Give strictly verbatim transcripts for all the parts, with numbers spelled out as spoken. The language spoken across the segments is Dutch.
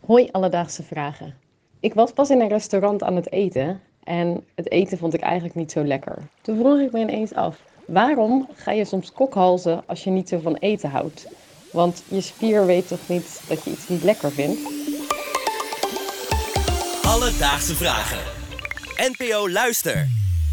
Hoi Alledaagse Vragen. Ik was pas in een restaurant aan het eten en het eten vond ik eigenlijk niet zo lekker. Toen vroeg ik me ineens af, waarom ga je soms kokhalzen als je niet zo van eten houdt? Want je spier weet toch niet dat je iets niet lekker vindt? Alledaagse Vragen. N P O Luister.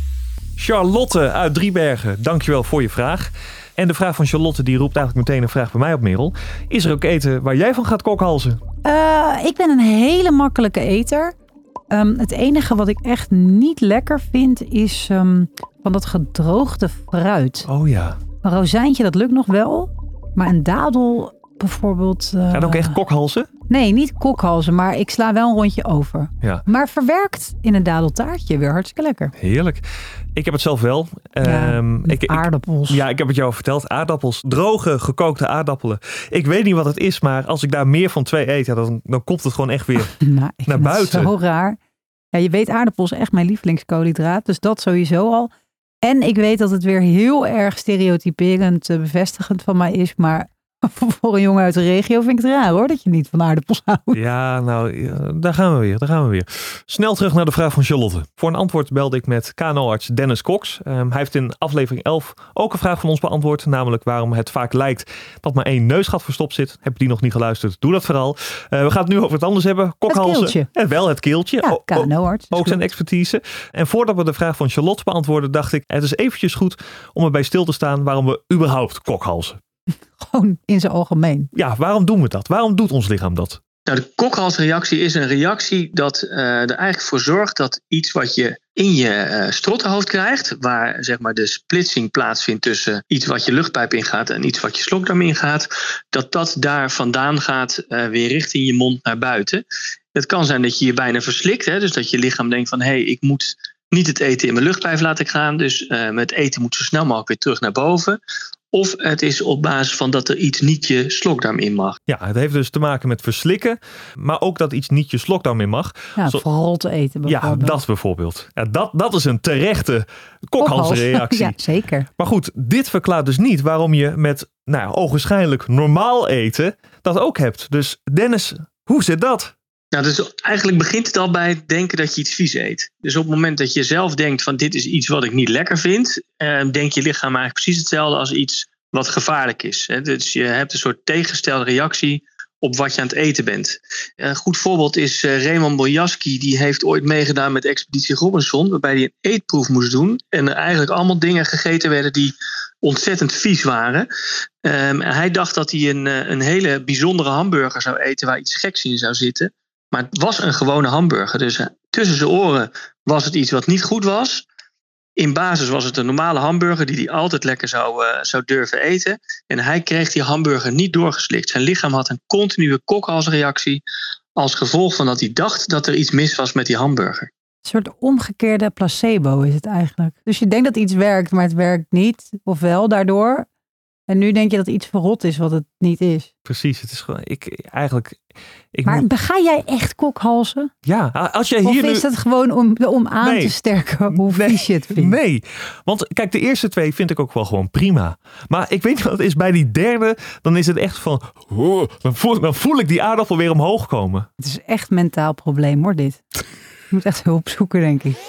Charlotte uit Driebergen, dankjewel voor je vraag. En de vraag van Charlotte die roept eigenlijk meteen een vraag bij mij op, Merel. Is er ook eten waar jij van gaat kokhalzen? Uh, ik ben een hele makkelijke eter. Um, het enige wat ik echt niet lekker vind is um, van dat gedroogde fruit. Oh ja. Een rozijntje, dat lukt nog wel. Maar een dadel bijvoorbeeld... Uh... Ga je ook echt kokhalzen? Nee, niet kokhalzen, maar ik sla wel een rondje over. Ja. Maar verwerkt in een dadeltaartje weer hartstikke lekker. Heerlijk. Ik heb het zelf wel. Ja, um, ik, aardappels. Ik, ja, ik heb het jou al verteld. Aardappels. Droge, gekookte aardappelen. Ik weet niet wat het is, maar als ik daar meer van twee eet, ja, dan, dan komt het gewoon echt weer nou, ik naar buiten. Zo raar. Ja, je weet, aardappels is echt mijn lievelingskoolhydraat. Dus dat sowieso al. En ik weet dat het weer heel erg stereotyperend, uh, bevestigend van mij is. Maar voor een jongen uit de regio vind ik het raar hoor, dat je niet van aardappels houdt. Ja, nou, ja, daar gaan we weer. Daar gaan we weer. Snel terug naar de vraag van Charlotte. Voor een antwoord belde ik met K N O-arts Dennis Cox. Um, hij heeft in aflevering elf ook een vraag van ons beantwoord. Namelijk waarom het vaak lijkt dat maar één neusgat verstopt zit. Heb je die nog niet geluisterd? Doe dat vooral. Uh, we gaan het nu over het anders hebben. Kokhalzen. Het keeltje. En wel het keeltje. Ja, K N O-arts. Ook goed. Zijn expertise. En voordat we de vraag van Charlotte beantwoorden, dacht ik, het is eventjes goed om erbij stil te staan waarom we überhaupt kokhalzen. Gewoon in zijn algemeen. Ja, waarom doen we dat? Waarom doet ons lichaam dat? Nou, de kokhalsreactie is een reactie dat uh, er eigenlijk voor zorgt dat iets wat je in je uh, strottenhoofd krijgt, waar zeg maar de splitsing plaatsvindt tussen iets wat je luchtpijp ingaat en iets wat je slokdarm ingaat, dat dat daar vandaan gaat uh, weer richting je mond naar buiten. Het kan zijn dat je je bijna verslikt, hè, dus dat je lichaam denkt van hé, hey, ik moet niet het eten in mijn luchtpijp laten gaan, dus uh, het eten moet zo snel mogelijk weer terug naar boven. Of het is op basis van dat er iets niet je slokdarm in mag. Ja, het heeft dus te maken met verslikken. Maar ook dat iets niet je slokdarm in mag. Ja, Zo... verrot eten bijvoorbeeld. Ja, dat bijvoorbeeld. Ja, dat, dat is een terechte kokhalsreactie. Ja, zeker. Maar goed, dit verklaart dus niet waarom je met nou ja, ogenschijnlijk normaal eten dat ook hebt. Dus Dennis, hoe zit dat? Nou, dus eigenlijk begint het al bij het denken dat je iets vies eet. Dus op het moment dat je zelf denkt van dit is iets wat ik niet lekker vind, eh, denkt je lichaam eigenlijk precies hetzelfde als iets wat gevaarlijk is. Hè. Dus je hebt een soort tegengestelde reactie op wat je aan het eten bent. Een goed voorbeeld is uh, Raymond Bojaski, die heeft ooit meegedaan met Expeditie Robinson, waarbij hij een eetproef moest doen en er eigenlijk allemaal dingen gegeten werden die ontzettend vies waren. Um, hij dacht dat hij een, een hele bijzondere hamburger zou eten waar iets geks in zou zitten. Maar het was een gewone hamburger. Dus tussen zijn oren was het iets wat niet goed was. In basis was het een normale hamburger die hij altijd lekker zou, uh, zou durven eten. En hij kreeg die hamburger niet doorgeslikt. Zijn lichaam had een continue kokhalsreactie als gevolg van dat hij dacht dat er iets mis was met die hamburger. Een soort omgekeerde placebo is het eigenlijk. Dus je denkt dat iets werkt, maar het werkt niet. Ofwel daardoor. En nu denk je dat iets verrot is wat het niet is. Precies, het is gewoon, ik eigenlijk... Ik maar moet... ga jij echt kokhalzen? Ja, als jij hier of nu... is het gewoon om, om aan nee. te sterken hoe nee. vies je het vindt? Nee, want kijk, de eerste twee vind ik ook wel gewoon prima. Maar ik weet niet wat het is, bij die derde, dan is het echt van... Oh, dan, voel, dan voel ik die aardappel weer omhoog komen. Het is echt een mentaal probleem hoor, dit. Je moet echt hulp zoeken, denk ik.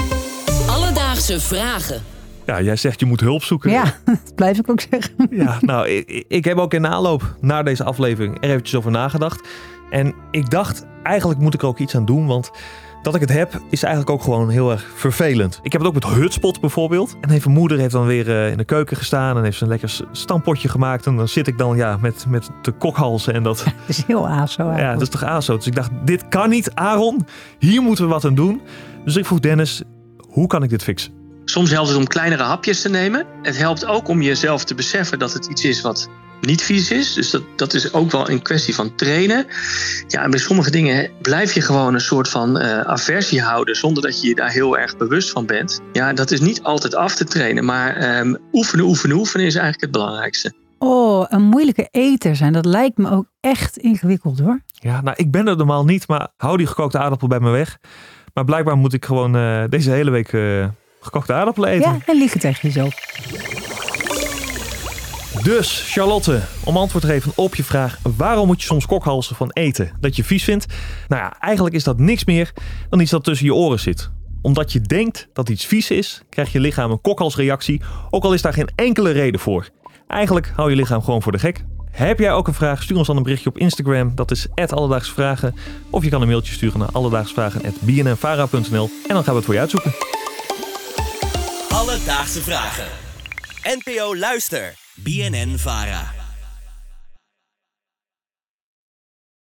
Alledaagse Vragen. Ja, jij zegt je moet hulp zoeken. Ja, dat blijf ik ook zeggen. Ja, nou, ik, ik heb ook in de aanloop naar deze aflevering er eventjes over nagedacht. En ik dacht, eigenlijk moet ik er ook iets aan doen, want dat ik het heb is eigenlijk ook gewoon heel erg vervelend. Ik heb het ook met hutspot bijvoorbeeld. En heeft mijn moeder heeft dan weer uh, in de keuken gestaan en heeft ze een lekker stampotje gemaakt. En dan zit ik dan ja met, met de kokhalzen en dat... Het is heel aso eigenlijk. Ja, dat is toch aso. Dus ik dacht, dit kan niet, Aaron. Hier moeten we wat aan doen. Dus ik vroeg Dennis, hoe kan ik dit fixen? Soms helpt het om kleinere hapjes te nemen. Het helpt ook om jezelf te beseffen dat het iets is wat niet vies is. Dus dat, dat is ook wel een kwestie van trainen. Ja, en bij sommige dingen blijf je gewoon een soort van uh, aversie houden zonder dat je je daar heel erg bewust van bent. Ja, dat is niet altijd af te trainen, maar um, oefenen, oefenen, oefenen is eigenlijk het belangrijkste. Oh, een moeilijke eter zijn, dat lijkt me ook echt ingewikkeld hoor. Ja, nou ik ben er normaal niet, maar hou die gekookte aardappel bij me weg. Maar blijkbaar moet ik gewoon uh, deze hele week... Uh, gekookte aardappelen eten. Ja, en liegen tegen jezelf. Dus, Charlotte, om antwoord te geven op je vraag... waarom moet je soms kokhalzen van eten dat je vies vindt? Nou ja, eigenlijk is dat niks meer dan iets dat tussen je oren zit. Omdat je denkt dat iets vies is, krijgt je lichaam een kokhalsreactie... ook al is daar geen enkele reden voor. Eigenlijk hou je lichaam gewoon voor de gek. Heb jij ook een vraag? Stuur ons dan een berichtje op Instagram. Dat is at alledaagsvragen. Of je kan een mailtje sturen naar alledaagsvragen at b n n vara punt n l. En dan gaan we het voor je uitzoeken. Alledaagse vragen. N P O Luister. B N N Vara.